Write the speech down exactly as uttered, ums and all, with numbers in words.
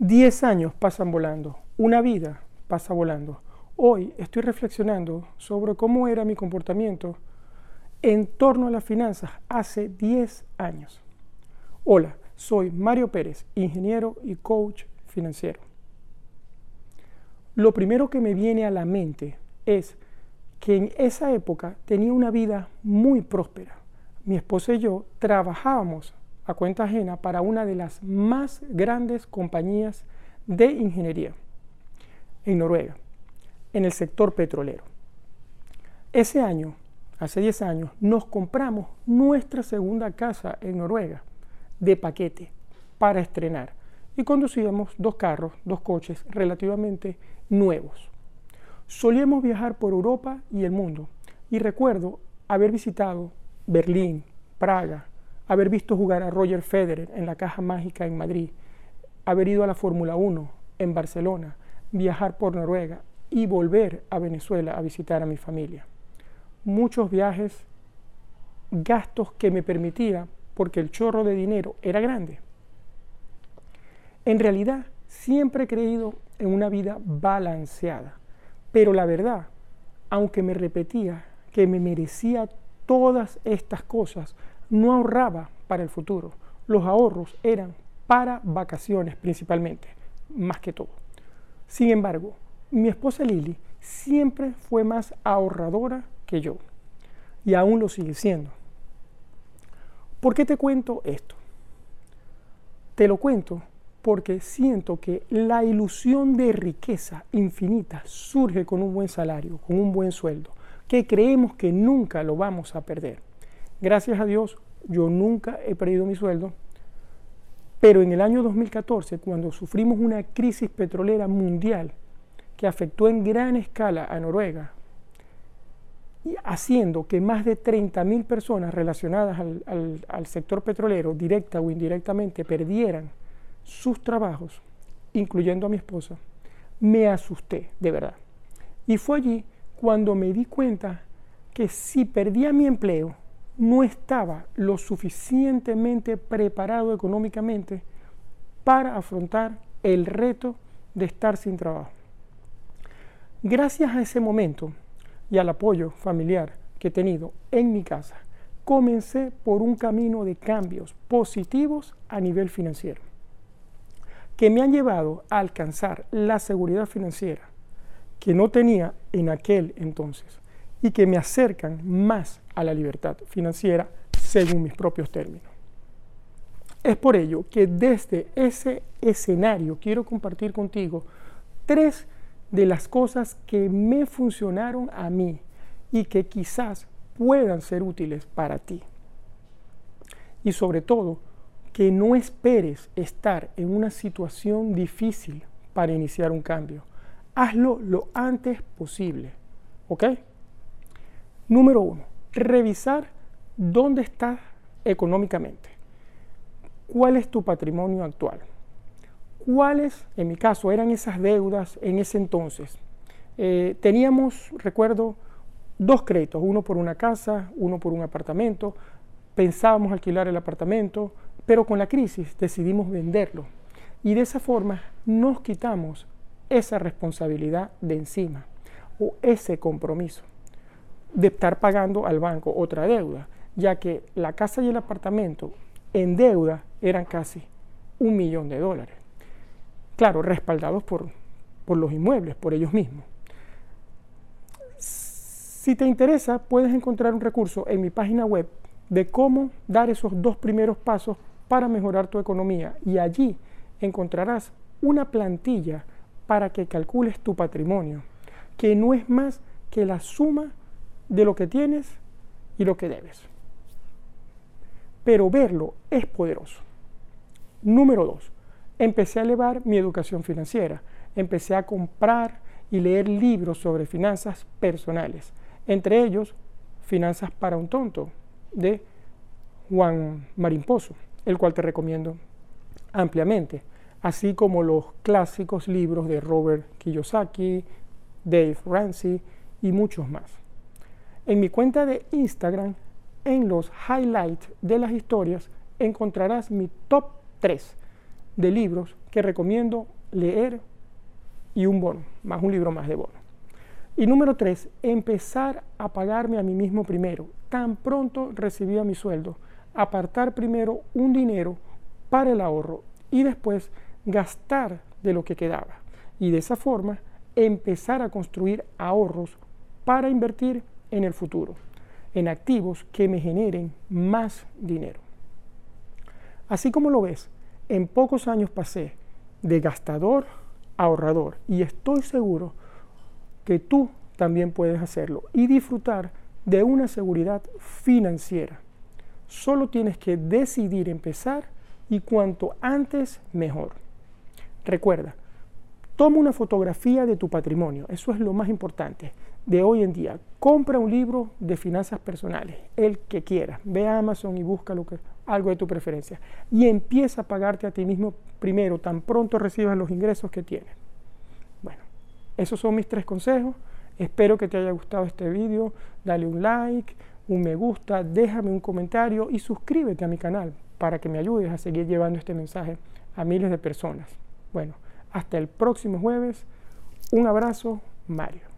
Diez años pasan volando, una vida pasa volando. Hoy estoy reflexionando sobre cómo era mi comportamiento en torno a las finanzas hace diez años. Hola, soy Mario Pérez, ingeniero y coach financiero. Lo primero que me viene a la mente es que en esa época tenía una vida muy próspera. Mi esposa y yo trabajábamos a cuenta ajena para una de las más grandes compañías de ingeniería en Noruega, en el sector petrolero. Ese año, hace diez años, nos compramos nuestra segunda casa en Noruega de paquete para estrenar y conducíamos dos carros, dos coches relativamente nuevos. Solíamos viajar por Europa y el mundo y recuerdo haber visitado Berlín, Praga, haber visto jugar a Roger Federer en la Caja Mágica en Madrid, haber ido a la Fórmula uno en Barcelona, viajar por Noruega y volver a Venezuela a visitar a mi familia. Muchos viajes, gastos que me permitía porque el chorro de dinero era grande. En realidad, siempre he creído en una vida balanceada, pero la verdad, aunque me repetía que me merecía todas estas cosas, no ahorraba para el futuro. Los ahorros eran para vacaciones principalmente, más que todo. Sin embargo, mi esposa Lili siempre fue más ahorradora que yo y aún lo sigue siendo. ¿Por qué te cuento esto? Te lo cuento porque siento que la ilusión de riqueza infinita surge con un buen salario, con un buen sueldo, que creemos que nunca lo vamos a perder. Gracias a Dios, yo nunca he perdido mi sueldo, pero en el año dos mil catorce, cuando sufrimos una crisis petrolera mundial que afectó en gran escala a Noruega, y haciendo que más de treinta mil personas relacionadas al, al, al sector petrolero, directa o indirectamente, perdieran sus trabajos, incluyendo a mi esposa, me asusté de verdad. Y fue allí cuando me di cuenta que si perdía mi empleo, no estaba lo suficientemente preparado económicamente para afrontar el reto de estar sin trabajo. Gracias a ese momento y al apoyo familiar que he tenido en mi casa, comencé por un camino de cambios positivos a nivel financiero, que me han llevado a alcanzar la seguridad financiera que no tenía en aquel entonces y que me acercan más a la libertad financiera según mis propios términos. Es por ello que desde ese escenario quiero compartir contigo tres de las cosas que me funcionaron a mí y que quizás puedan ser útiles para ti. Y sobre todo, que no esperes estar en una situación difícil para iniciar un cambio. Hazlo lo antes posible, ¿ok? Número uno, revisar dónde estás económicamente. ¿Cuál es tu patrimonio actual? ¿Cuáles, en mi caso, eran esas deudas en ese entonces? Eh, teníamos, recuerdo, dos créditos, uno por una casa, uno por un apartamento. Pensábamos alquilar el apartamento, pero con la crisis decidimos venderlo. Y de esa forma nos quitamos esa responsabilidad de encima o ese compromiso de estar pagando al banco otra deuda, ya que la casa y el apartamento en deuda eran casi un millón de dólares. Claro, respaldados por, por los inmuebles, por ellos mismos. Si te interesa, puedes encontrar un recurso en mi página web de cómo dar esos dos primeros pasos para mejorar tu economía, y allí encontrarás una plantilla para que calcules tu patrimonio, que no es más que la suma de lo que tienes y lo que debes. Pero verlo es poderoso. Número dos, empecé a elevar mi educación financiera. Empecé a comprar y leer libros sobre finanzas personales, entre ellos Finanzas para un tonto, de Juan Marimposo, el cual te recomiendo ampliamente, así como los clásicos libros de Robert Kiyosaki, Dave Ramsey y muchos más. En mi cuenta de Instagram, en los highlights de las historias, encontrarás mi top tres de libros que recomiendo leer y un bono, más un libro más de bono. Y número tres, empezar a pagarme a mí mismo primero. Tan pronto recibía mi sueldo, apartar primero un dinero para el ahorro y después gastar de lo que quedaba. Y de esa forma empezar a construir ahorros para invertir en el futuro, en activos que me generen más dinero. Así como lo ves, en pocos años pasé de gastador a ahorrador y estoy seguro que tú también puedes hacerlo y disfrutar de una seguridad financiera. Solo tienes que decidir empezar y cuanto antes mejor. Recuerda, toma una fotografía de tu patrimonio, eso es lo más importante de hoy en día. Compra un libro de finanzas personales, el que quieras, ve a Amazon y busca lo que, algo de tu preferencia y empieza a pagarte a ti mismo primero, tan pronto recibas los ingresos que tienes. Bueno, esos son mis tres consejos. Espero que te haya gustado este video. Dale un like, un me gusta, déjame un comentario y suscríbete a mi canal para que me ayudes a seguir llevando este mensaje a miles de personas. Bueno, hasta el próximo jueves. Un abrazo, Mario.